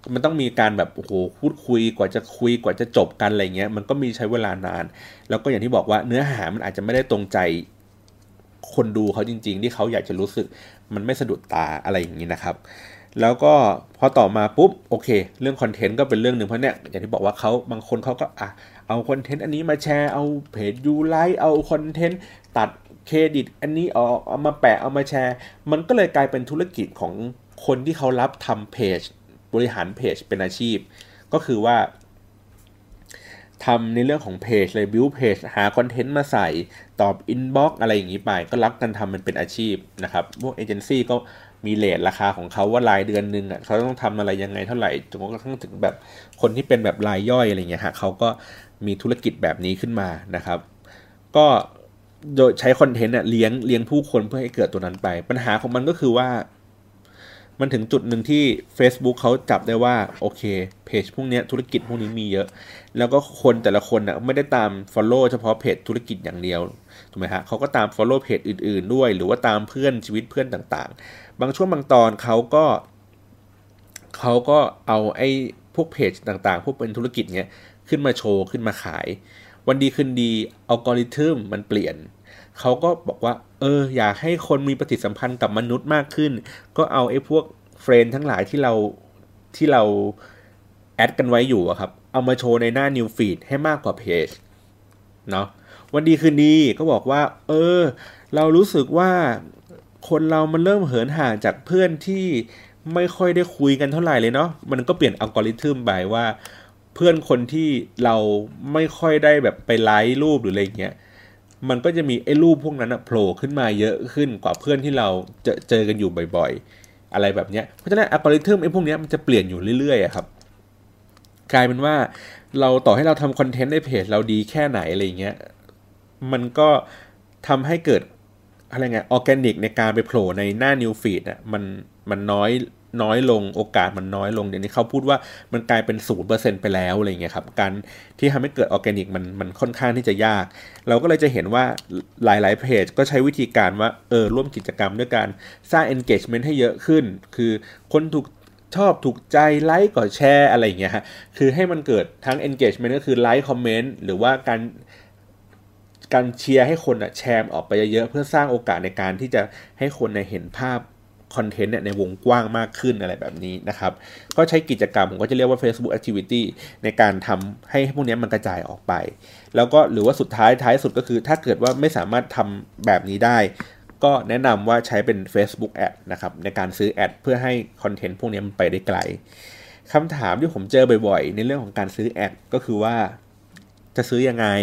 มันต้องมีการแบบโอ้โหพูดคุยกว่าจะคุยกว่าจะจบกันอะไรเงี้ยมันก็มีใช้เวลานานแล้วก็อย่างที่บอกว่าเนื้อหามันอาจจะไม่ได้ตรงใจคนดูเขาจริงๆที่เขาอยากจะรู้สึกมันไม่สะดุดตาอะไรอย่างนี้นะครับแล้วก็พอต่อมาปุ๊บโอเคเรื่องคอนเทนต์ก็เป็นเรื่องหนึ่งเพราะเนี่ยอย่างที่บอกว่าเขาบางคนเขาก็เอาคอนเทนต์อันนี้มาแชร์เอาเพจยูไลค์เอาคอนเทนต์ตัดเครดิตอันนี้ออกเอามาแปะเอามาแชร์มันก็เลยกลายเป็นธุรกิจของคนที่เขารับทำเพจบริหารเพจเป็นอาชีพก็คือว่าทำในเรื่องของเพจเลยบิวเพจหาคอนเทนต์มาใส่ตอบอินบ็อกซ์อะไรอย่างนี้ไปก็รับกันทำมันเป็นอาชีพนะครับพวกเอเจนซี่ก็มีเรทราคาของเขาว่ารายเดือนนึงเขาต้องทำอะไรยังไงเท่าไหร่จนกระทั่งถึงแบบคนที่เป็นแบบรายย่อยอะไรเงี้ยฮะเขาก็มีธุรกิจแบบนี้ขึ้นมานะครับก็โดยใช้คอนเทนต์เลี้ยงผู้คนเพื่อให้เกิดตัวนั้นไปปัญหาของมันก็คือว่ามันถึงจุดหนึ่งที่ Facebook เขาจับได้ว่าโอเคเพจพวกนี้ธุรกิจพวกนี้มีเยอะแล้วก็คนแต่ละคนไม่ได้ตาม follow เฉพาะเพจธุรกิจอย่างเดียวถูกไหมฮะเขาก็ตาม follow เพจอื่นๆด้วยหรือว่าตามเพื่อนชีวิตเพื่อนต่างๆบางช่วงบางตอนเขาก็เอาไอ้พวกเพจต่างๆพวกเป็นธุรกิจเนี้ยขึ้นมาโชว์ขึ้นมาขายวันดีคืนดีอัลกอริทึมมันเปลี่ยนเขาก็บอกว่าอยากให้คนมีปฏิสัมพันธ์กับมนุษย์มากขึ้นก็เอาไอ้พวกเฟรนด์ทั้งหลายที่เราแอดกันไว้อยู่ครับเอามาโชว์ในหน้า New Feed ให้มากกว่าเพจเนาะวันดีคืนดีก็บอกว่าเรารู้สึกว่าคนเรามันเริ่มเหินห่างจากเพื่อนที่ไม่ค่อยได้คุยกันเท่าไหร่เลยเนาะมันก็เปลี่ยนอัลกอริทึมไปว่าเพื่อนคนที่เราไม่ค่อยได้แบบไปไลค์รูปหรืออะไรเงี้ยมันก็จะมีไอ้รูปพวกนั้นโผล่ขึ้นมาเยอะขึ้นกว่าเพื่อนที่เราเจอกันอยู่บ่อยๆอะไรแบบเนี้ยเพราะฉะนั้นอัลกอริทึมไอ้พวกนี้มันจะเปลี่ยนอยู่เรื่อยๆครับกลายเป็นว่าเราต่อให้เราทำคอนเทนต์ในเพจเราดีแค่ไหนอะไรเงี้ยมันก็ทำให้เกิดอะไรเงี้ยออร์แกนิกในการไปโผล่ในหน้า New Feed มันน้อยลงโอกาสมันน้อยลงเดี๋ยวนี้เขาพูดว่ามันกลายเป็น 0% ไปแล้วอะไรเงี้ยครับการที่ทำให้เกิดออร์แกนิกมันค่อนข้างที่จะยากเราก็เลยจะเห็นว่าหลายๆเพจก็ใช้วิธีการว่าร่วมกิจกรรมด้วยการสร้าง engagement ให้เยอะขึ้นคือคนชอบถูกใจไลค์กดแชร์อะไรอย่างเงี้ยฮะคือให้มันเกิดทั้ง engagement ก็คือไลค์คอมเมนต์หรือว่าการเชียร์ให้คนแชร์ออกไปเยอะๆเพื่อสร้างโอกาสในการที่จะให้คนเห็นภาพคอนเทนต์ในวงกว้างมากขึ้นอะไรแบบนี้นะครับก็ใช้กิจกรรมผมก็จะเรียกว่า Facebook Activity ในการทำให้พวกนี้มันกระจายออกไปแล้วก็หรือว่าสุดท้ายสุดก็คือถ้าเกิดว่าไม่สามารถทำแบบนี้ได้ก็แนะนำว่าใช้เป็น Facebook Ad นะครับในการซื้อแอดเพื่อให้คอนเทนต์พวกนี้มันไปได้ไกลคำถามที่ผมเจอบ่อยๆในเรื่องของการซื้อแอดก็คือว่าจะซื้อยังไง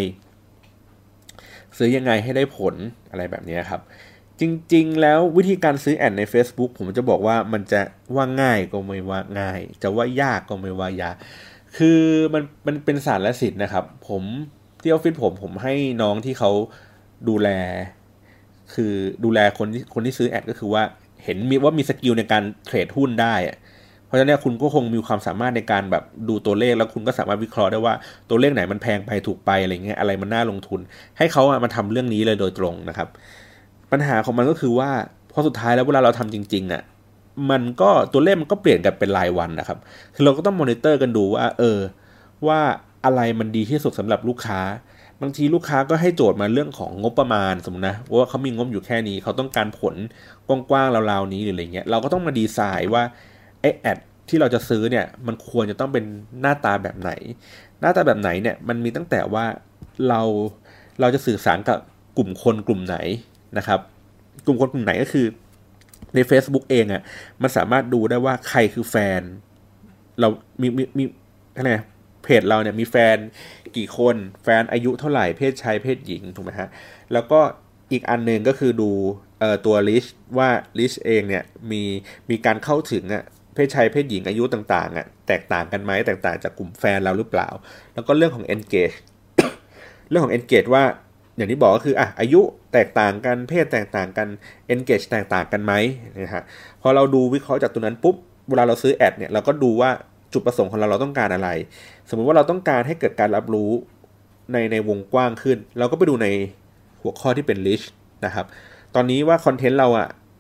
ให้ได้ผลอะไรแบบนี้ครับจริงๆแล้ววิธีการซื้อแอดใน Facebook ผมจะบอกว่ามันจะว่าง่ายก็ไม่ว่าง่ายจะว่ายากก็ไม่ว่ายากคือมันเป็นศาสตร์และศิลป์นะครับผมที่ออฟฟิศผมให้น้องที่เขาดูแลคือดูแลคนที่ซื้อแอดก็คือว่าเห็นว่ามีสกิลในการเทรดหุ้นได้เพราะฉะนั้นคุณก็คงมีความสามารถในการแบบดูตัวเลขแล้วคุณก็สามารถวิเคราะห์ได้ว่าตัวเลขไหนมันแพงไปถูกไปอะไรเงี้ยอะไรมันน่าลงทุนให้เขามาทำเรื่องนี้เลยโดยตรงนะครับปัญหาของมันก็คือว่าพอสุดท้ายแล้วเวลาเราทำจริงๆมันก็ตัวเลขมันก็เปลี่ยนกันเป็นรายวันนะครับคือเราก็ต้องมอนิเตอร์กันดูว่าว่าอะไรมันดีที่สุดสำหรับลูกค้าบางทีลูกค้าก็ให้โจทย์มาเรื่องของงบประมาณสมมตินะว่าเขามีงบอยู่แค่นี้เขาต้องการผลกว้างๆราวๆนี้หรืออะไรเงี้ยเราก็ต้องมาดีไซน์ว่าไอ้แอดที่เราจะซื้อเนี่ยมันควรจะต้องเป็นหน้าตาแบบไหนเนี่ยมันมีตั้งแต่ว่าเราจะสื่อสารกับกลุ่มคนกลุ่มไหนนะครับกลุ่มคนกลุ่มไหนก็คือใน Facebook เองมันสามารถดูได้ว่าใครคือแฟนเรามีอะไรเพจเราเนี่ยมีแฟนกี่คนแฟนอายุเท่าไหร่เพศชายเพศหญิงถูกไหมฮะแล้วก็อีกอันนึงก็คือดูตัวลิสต์ว่าลิสต์เองเนี่ยมีการเข้าถึงเพศชายเพศหญิงอายุต่างๆแตกต่างกันไหมแตกต่างจากกลุ่มแฟนเราหรือเปล่าแล้วก็เรื่องของ engage เรื่องของ engage ว่าอย่างที่บอกก็คืออายุแตกต่างกันเพศแตกต่างกัน engage แตกต่างกันไหมนะฮะพอเราดูวิเคราะห์จากตัวนั้นปุ๊บเวลาเราซื้อแอดเนี่ยเราก็ดูว่าจุดประสงค์ของเราต้องการอะไรสมมุติว่าเราต้องการให้เกิดการรับรู้ในวงกว้างขึ้นเราก็ไปดูในหัวข้อที่เป็น list นะครับตอนนี้ว่าคอนเทนต์เรา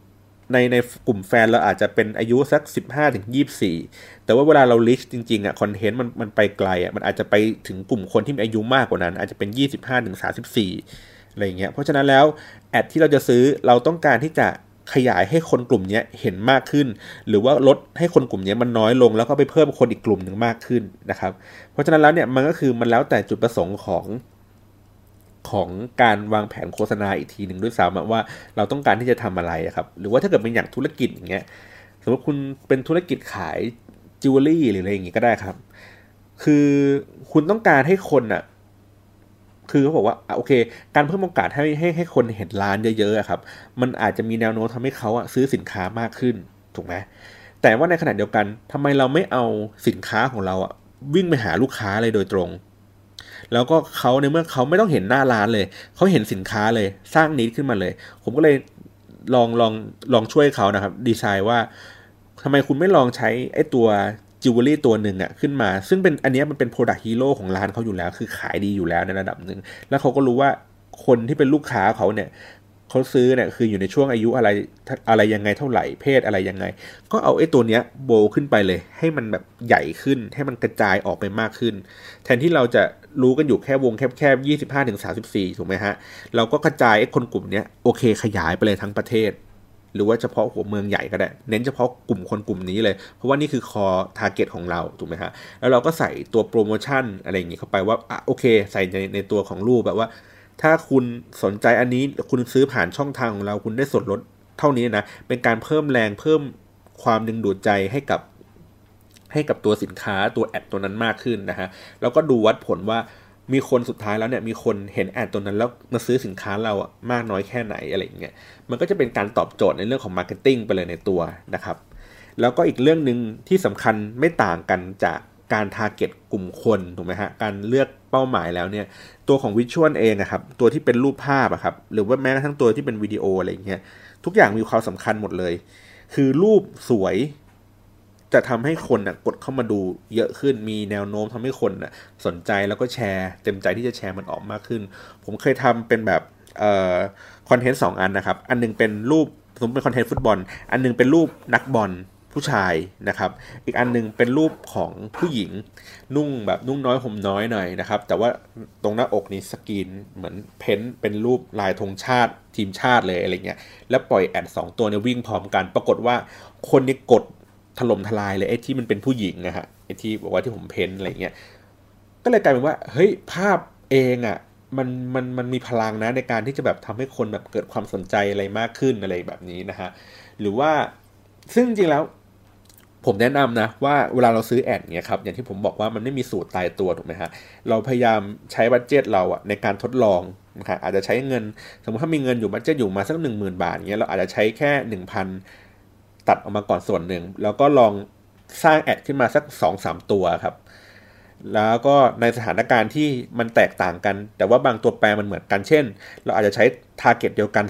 ในกลุ่มแฟนเราอาจจะเป็นอายุสัก15 ถึง 24แต่ว่าเวลาเราลิชจริงๆคอนเทนต์มันไปไกลมันอาจจะไปถึงกลุ่มคนที่มีอายุมากกว่านั้นอาจจะเป็น25 ถึง 34อะไรอย่างเงี้ยเพราะฉะนั้นแล้วแอดที่เราจะซื้อเราต้องการที่จะขยายให้คนกลุ่มนี้เห็นมากขึ้นหรือว่าลดให้คนกลุ่มนี้มันน้อยลงแล้วก็ไปเพิ่มคนอีกกลุ่มหนึ่งมากขึ้นนะครับเพราะฉะนั้นแล้วเนี่ยมันก็คือมันแล้วแต่จุดประสงค์ของการวางแผนโฆษณาอีกทีหนึ่งด้วยซ้ำว่าเราต้องการที่จะทำอะไรครับหรือว่าถ้าเกิดเป็นอย่างธุรกิจอย่างเงี้ยสมมติคุณเป็นธุรกิจขายจิวเวลรี่หรืออะไรอย่างงี้ก็ได้ครับคือคุณต้องการให้คนคือเขาบอกว่าโอเคการเพิ่มโอกาสให้คนเห็นร้านเยอะๆครับมันอาจจะมีแนวโน้มทำให้เขาซื้อสินค้ามากขึ้นถูกไหมแต่ว่าในขณะเดียวกันทำไมเราไม่เอาสินค้าของเราวิ่งไปหาลูกค้าเลยโดยตรงแล้วก็เขาในเมื่อเขาไม่ต้องเห็นหน้าร้านเลยเขาเห็นสินค้าเลยสร้างนิดขึ้นมาเลยผมก็เลยลองช่วยเขานะครับดีไซน์ว่าทำไมคุณไม่ลองใช้ไอ้ตัวจิวเวลรี่ตัวหนึ่งขึ้นมาซึ่งเป็นอันนี้มันเป็น Product Hero ของร้านเขาอยู่แล้วคือขายดีอยู่แล้วในระดับหนึ่งแล้วเขาก็รู้ว่าคนที่เป็นลูกค้าเขาเนี่ยเขาซื้อเนี่ยคืออยู่ในช่วงอายุอะไรยังไงเท่าไหร่เพศอะไรยังไงก็เอาไอ้ตัวเนี้ยโบขึ้นไปเลยให้มันแบบใหญ่ขึ้นให้มันกระจายออกไปมากขึ้นแทนที่เราจะรู้กันอยู่แค่วงแคบ25 ถึง 34ถูกไหมฮะเราก็กระจายไอ้คนกลุ่มเนี้ยโอเคขยายไปเลยทั้งประเทศหรือว่าเฉพาะหัวเมืองใหญ่ก็ได้เน้นเฉพาะกลุ่มคนกลุ่มนี้เลยเพราะว่านี่คือคอทาร์เก็ตของเราถูกไหมฮะแล้วเราก็ใส่ตัวโปรโมชั่นอะไรอย่างงี้เข้าไปว่าโอเคใส่ในตัวของรูปแบบว่าถ้าคุณสนใจอันนี้คุณซื้อผ่านช่องทางของเราคุณได้ส่วนลดเท่านี้นะเป็นการเพิ่มแรงเพิ่มความดึงดูดใจให้กับตัวสินค้าตัวแอดตัวนั้นมากขึ้นนะฮะแล้วก็ดูวัดผลว่ามีคนสุดท้ายแล้วเนี่ยมีคนเห็นแอดตัวนั้นแล้วมาซื้อสินค้าเรามากน้อยแค่ไหนอะไรอย่างเงี้ยมันก็จะเป็นการตอบโจทย์ในเรื่องของมาร์เก็ตติ้งไปเลยในตัวนะครับแล้วก็อีกเรื่องนึงที่สำคัญไม่ต่างกันจากการทาร์เก็ตกลุ่มคนถูกไหมฮะการเลือกเป้าหมายแล้วเนี่ยตัวของวิชวลเองครับตัวที่เป็นรูปภาพครับหรือว่าแม้กระทั่งตัวที่เป็นวิดีโออะไรอย่างเงี้ยทุกอย่างมีความสำคัญหมดเลยคือรูปสวยจะทำให้คนกดเข้ามาดูเยอะขึ้นมีแนวโน้มทำให้คนสนใจแล้วก็แชร์เต็มใจที่จะแชร์มันออกมากขึ้นผมเคยทำเป็นแบบคอนเทนต์2อันนะครับอันนึงเป็นรูปสมมติเป็นคอนเทนต์ฟุตบอลอันนึงเป็นรูปนักบอลผู้ชายนะครับอีกอันนึงเป็นรูปของผู้หญิงนุ่งน้อยห่มน้อยหน่อยนะครับแต่ว่าตรงหน้าอกนี่สกรีนเหมือนเพ้นเป็นรูปลายธงชาติทีมชาติเลยอะไรเงี้ยแล้วปล่อยแอด2ตัวเนี่ยวิ่งพร้อมกันปรากฏว่าคนนี่กดถล่มทลายเลยไอ้ที่มันเป็นผู้หญิงนะฮะไอ้ที่บอกว่าที่ผมเพ้นอะไรเงี้ยก็เลยกลายเป็นว่าเฮ้ยภาพเองมันมีพลังนะในการที่จะแบบทำให้คนแบบเกิดความสนใจอะไรมากขึ้นอะไรแบบนี้นะฮะหรือว่าซึ่งจริงแล้วผมแนะนำนะว่าเวลาเราซื้อแอดเนี่ยครับอย่างที่ผมบอกว่ามันไม่มีสูตรตายตัวถูกไหมฮะเราพยายามใช้บัดเจ็ตเราในการทดลองนะครับอาจจะใช้เงินสมมติถ้ามีเงินอยู่บัดเจ็ตอยู่มาสัก10,000 บาทเงี้ยเราอาจจะใช้แค่ 1,000ตัดออกมาก่อนส่วนหนึ่งแล้วก็ลองสร้างแอดขึ้นมาสัก 2-3 ตัวครับแล้วก็ในสถานการณ์ที่มันแตกต่างกันแต่ว่าบางตัวแปรมันเหมือนกันเช่นเราอาจจะใช้ทาร์เก็ตเดียวกัน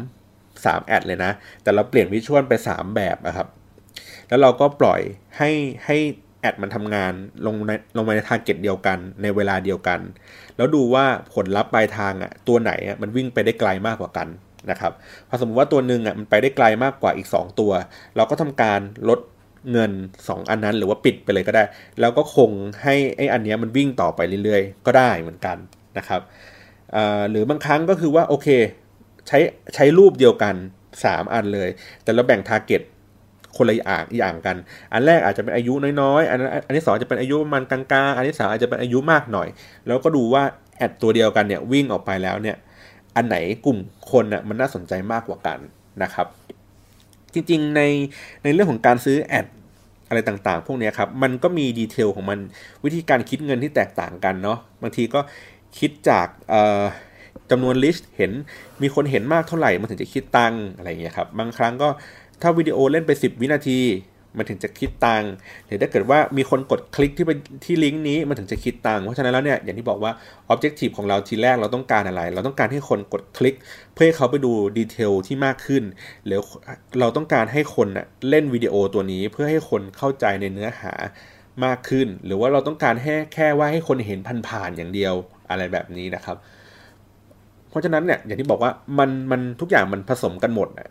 3แอดเลยนะแต่เราเปลี่ยนวิชวลไป3แบบนะครับแล้วเราก็ปล่อยให้แอดมันทำงานลงในทาร์เก็ตเดียวกันในเวลาเดียวกันแล้วดูว่าผลลัพธ์ปลายทางตัวไหนมันวิ่งไปได้ไกลมากกว่ากันนะครับพอสมมติว่าตัวหนึ่งมันไปได้ไกลมากกว่าอีก2ตัวเราก็ทำการลดเงิน2อันนั้นหรือว่าปิดไปเลยก็ได้แล้วก็คงให้ไอ้อันนี้มันวิ่งต่อไปเรื่อยๆก็ได้เหมือนกันนะครับหรือบางครั้งก็คือว่าโอเคใช้รูปเดียวกัน3อันเลยแต่เราแบ่งทาร์เก็ตคนละอย่างกันอันแรกอาจจะเป็นอายุน้อยๆอันที่2จะเป็นอายุประมาณกลางๆอันที่3อาจจะเป็นอายุมากหน่อยแล้วก็ดูว่าแอดตัวเดียวกันเนี่ยวิ่งออกไปแล้วเนี่ยอันไหนกลุ่มคนมันน่าสนใจมากกว่ากันนะครับจริงๆในเรื่องของการซื้อแอดอะไรต่างๆพวกนี้ครับมันก็มีดีเทลของมันวิธีการคิดเงินที่แตกต่างกันเนาะบางทีก็คิดจากจำนวนลิสต์เห็นมีคนเห็นมากเท่าไหร่มันถึงจะคิดตังค์อะไรเงี้ยครับบางครั้งก็ถ้าวิดีโอเล่นไป10 วินาทีมันถึงจะคิดตังค์หรือถ้าเกิดว่ามีคนกดคลิกที่ลิงก์นี้มันถึงจะคิดตังค์เพราะฉะนั้นแล้วเนี่ยอย่างที่บอกว่า objective ของเราทีแรกเราต้องการอะไรเราต้องการให้คนกดคลิกเพื่อให้เขาไปดูดีเทลที่มากขึ้นหรือเราต้องการให้คนเล่นวิดีโอตัวนี้เพื่อให้คนเข้าใจในเนื้อหามากขึ้นหรือว่าเราต้องการแค่ว่าให้คนเห็นผ่านๆอย่างเดียวอะไรแบบนี้นะครับเพราะฉะนั้นเนี่ยอย่างที่บอกว่ามันทุกอย่างมันผสมกันหมด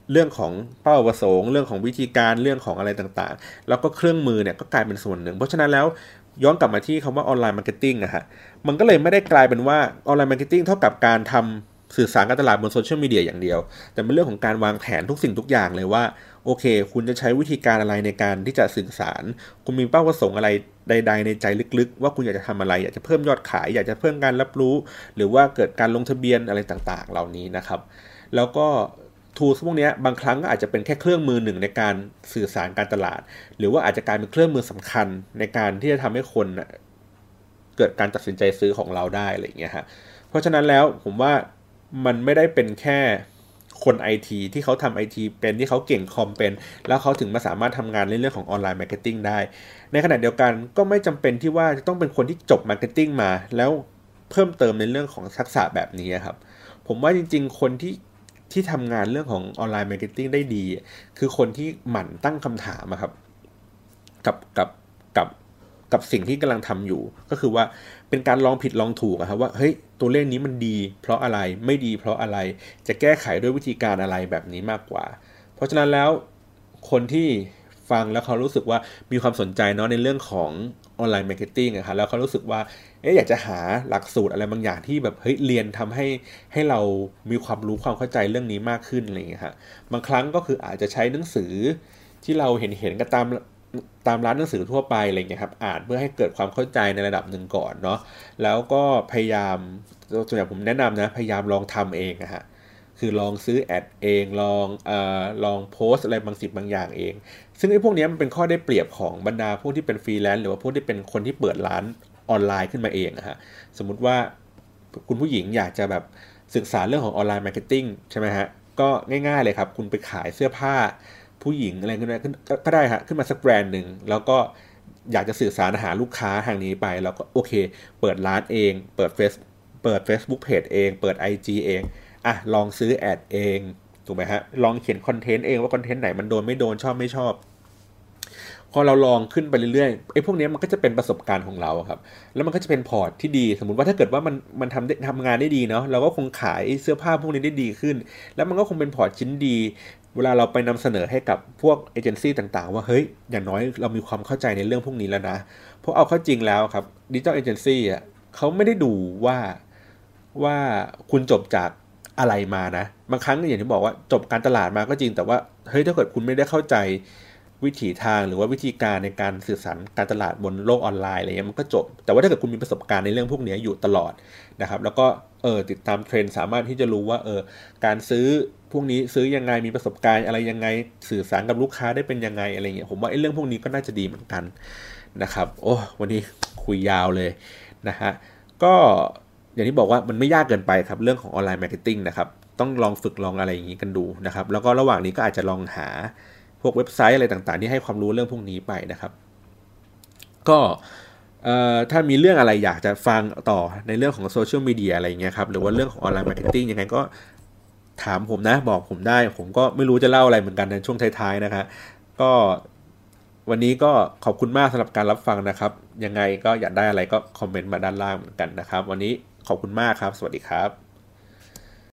เรื่องของเป้าประสงค์เรื่องของวิธีการเรื่องของอะไรต่างๆแล้วก็เครื่องมือเนี่ยก็กลายเป็นส่วนหนึ่งเพราะฉะนั้นแล้วย้อนกลับมาที่คำว่าออนไลน์มาร์เก็ตติ้งอะฮะมันก็เลยไม่ได้กลายเป็นว่าออนไลน์มาร์เก็ตติ้งเท่ากับการทำสื่อสารการตลาดบนโซเชียลมีเดียอย่างเดียวแต่เป็นเรื่องของการวางแผนทุกสิ่งทุกอย่างเลยว่าโอเคคุณจะใช้วิธีการอะไรในการที่จะสื่อสารคุณมีเป้าประสงค์อะไรใดๆในใจลึกๆว่าคุณอยากจะทำอะไรอยากจะเพิ่มยอดขายอยากจะเพิ่มการรับรู้หรือว่าเกิดการลงทะเบียนอะไรต่างๆเหล่านี้นะครับแล้วก็ทูลพวกนี้บางครั้งก็อาจจะเป็นแค่เครื่องมือหนึ่งในการสื่อสารการตลาดหรือว่าอาจจะกลายเป็นเครื่องมือสำคัญในการที่จะทำให้คนเกิดการตัดสินใจซื้อของเราได้อะไรอย่างเงี้ยฮะเพราะฉะนั้นแล้วผมว่ามันไม่ได้เป็นแค่คนไอทีที่เขาทำไอทีเป็นที่เขาเก่งคอมเป็นแล้วเขาถึงมาสามารถทำงานในเรื่องของออนไลน์มาร์เก็ตติ้งได้ในขณะเดียวกันก็ไม่จำเป็นที่ว่าจะต้องเป็นคนที่จบมาร์เก็ตติ้งมาแล้วเพิ่มเติมในเรื่องของทักษะแบบนี้ครับผมว่าจริงๆคนที่ทำงานเรื่องของออนไลน์มาร์เก็ตติ้งได้ดีคือคนที่หมั่นตั้งคำถามครับกับกับกับกับสิ่งที่กำลังทำอยู่ก็คือว่าเป็นการลองผิดลองถูกครับว่าเฮ้ยตัวเลขนี้มันดีเพราะอะไรไม่ดีเพราะอะไรจะแก้ไขด้วยวิธีการอะไรแบบนี้มากกว่าเพราะฉะนั้นแล้วคนที่ฟังแล้วเขารู้สึกว่ามีความสนใจเนาะในเรื่องของออนไลน์มาร์เก็ตติ้งครับแล้วเขารู้สึกว่าอยากจะหาหลักสูตรอะไรบางอย่างที่แบบเฮ้ยเรียนทำให้เรามีความรู้ความเข้าใจเรื่องนี้มากขึ้นอะไรอย่างเงี้ยครับบางครั้งก็คืออาจจะใช้หนังสือที่เราเห็นกันตามร้านหนังสือทั่วไปอะไรเงี้ยครับอ่านเพื่อให้เกิดความเข้าใจในระดับหนึ่งก่อนเนาะแล้วก็พยายามส่วนใหญ่ผมแนะนำนะพยายามลองทำเองฮะคือลองซื้อแอดเองลองโพสอะไรบางสิ่งบางอย่างเองซึ่งไอ้พวกนี้มันเป็นข้อได้เปรียบของบรรดาพวกที่เป็นฟรีแลนซ์หรือว่าพวกที่เป็นคนที่เปิดร้านออนไลน์ขึ้นมาเองฮะสมมุติว่าคุณผู้หญิงอยากจะแบบศึกษาเรื่องของออนไลน์มาร์เก็ตติ้งใช่ไหมฮะก็ง่ายๆเลยครับคุณไปขายเสื้อผ้าผู้หญิงอะไรก็ได้ฮะขึ้นมาสักแบรนด์หนึ่งแล้วก็อยากจะสื่อสารหาลูกค้าทางนี้ไปแล้วก็โอเคเปิดร้านเองเปิด Facebook Page เองเปิด IG เองลองซื้อแอดเองถูกไหมฮะลองเขียนคอนเทนต์เองว่าคอนเทนต์ไหนมันโดนไม่โดนชอบไม่ชอบพอเราลองขึ้นไปเรื่อยๆไอ้พวกนี้มันก็จะเป็นประสบการณ์ของเราครับแล้วมันก็จะเป็นพอร์ตที่ดีสมมุติว่าถ้าเกิดว่ามันทำงานได้ดีเนาะเราก็คงขายเสื้อผ้าพวกนี้ได้ดีขึ้นแล้วมันก็คงเป็นพอร์ตชิ้นดีเวลาเราไปนำเสนอให้กับพวกเอเจนซี่ต่างๆว่าเฮ้ยอย่างน้อยเรามีความเข้าใจในเรื่องพวกนี้แล้วนะเพราะเอาเข้าจริงแล้วครับดิจิทัลเอเจนซี่เขาไม่ได้ดูว่าคุณจบจากอะไรมานะบางครั้งอย่างที่บอกว่าจบการตลาดมาก็จริงแต่ว่าเฮ้ยถ้าเกิดคุณไม่ได้เข้าใจวิถีทางหรือว่าวิธีการในการสื่อสารการตลาดบนโลกออนไลน์อะไรเงี้ยมันก็จบแต่ว่าถ้าเกิดคุณมีประสบการณ์ในเรื่องพวกนี้อยู่ตลอดนะครับแล้วก็ติดตามเทรนด์สามารถที่จะรู้ว่าการซื้อพวกนี้ซื้อยังไงมีประสบการณ์อะไรยังไงสื่อสารกับลูกค้าได้เป็นยังไงอะไรเงี้ยผมว่าไอ้เรื่องพวกนี้ก็น่าจะดีเหมือนกันนะครับโอ้วันนี้คุยยาวเลยนะฮะก็อย่างที่บอกว่ามันไม่ยากเกินไปครับเรื่องของออนไลน์มาร์เก็ตติ้งนะครับต้องลองฝึกลองอะไรอย่างนี้กันดูนะครับแล้วก็ระหว่างนี้ก็อาจจะลองหาพวกเว็บไซต์อะไรต่างๆที่ให้ความรู้เรื่องพวกนี้ไปนะครับก็ถ้ามีเรื่องอะไรอยากจะฟังต่อในเรื่องของโซเชียลมีเดียอะไรเงี้ยครับหรือว่าเรื่องของออนไลน์มาร์เก็ตติ้งยังไงก็ถามผมนะบอกผมได้ผมก็ไม่รู้จะเล่าอะไรเหมือนกันในช่วงท้ายๆนะครับก็วันนี้ก็ขอบคุณมากสำหรับการรับฟังนะครับยังไงก็อยากได้อะไรก็คอมเมนต์มาด้านล่างเหมือนกันนะครับวันนี้ขอบคุณมากครับสวัสดีครับ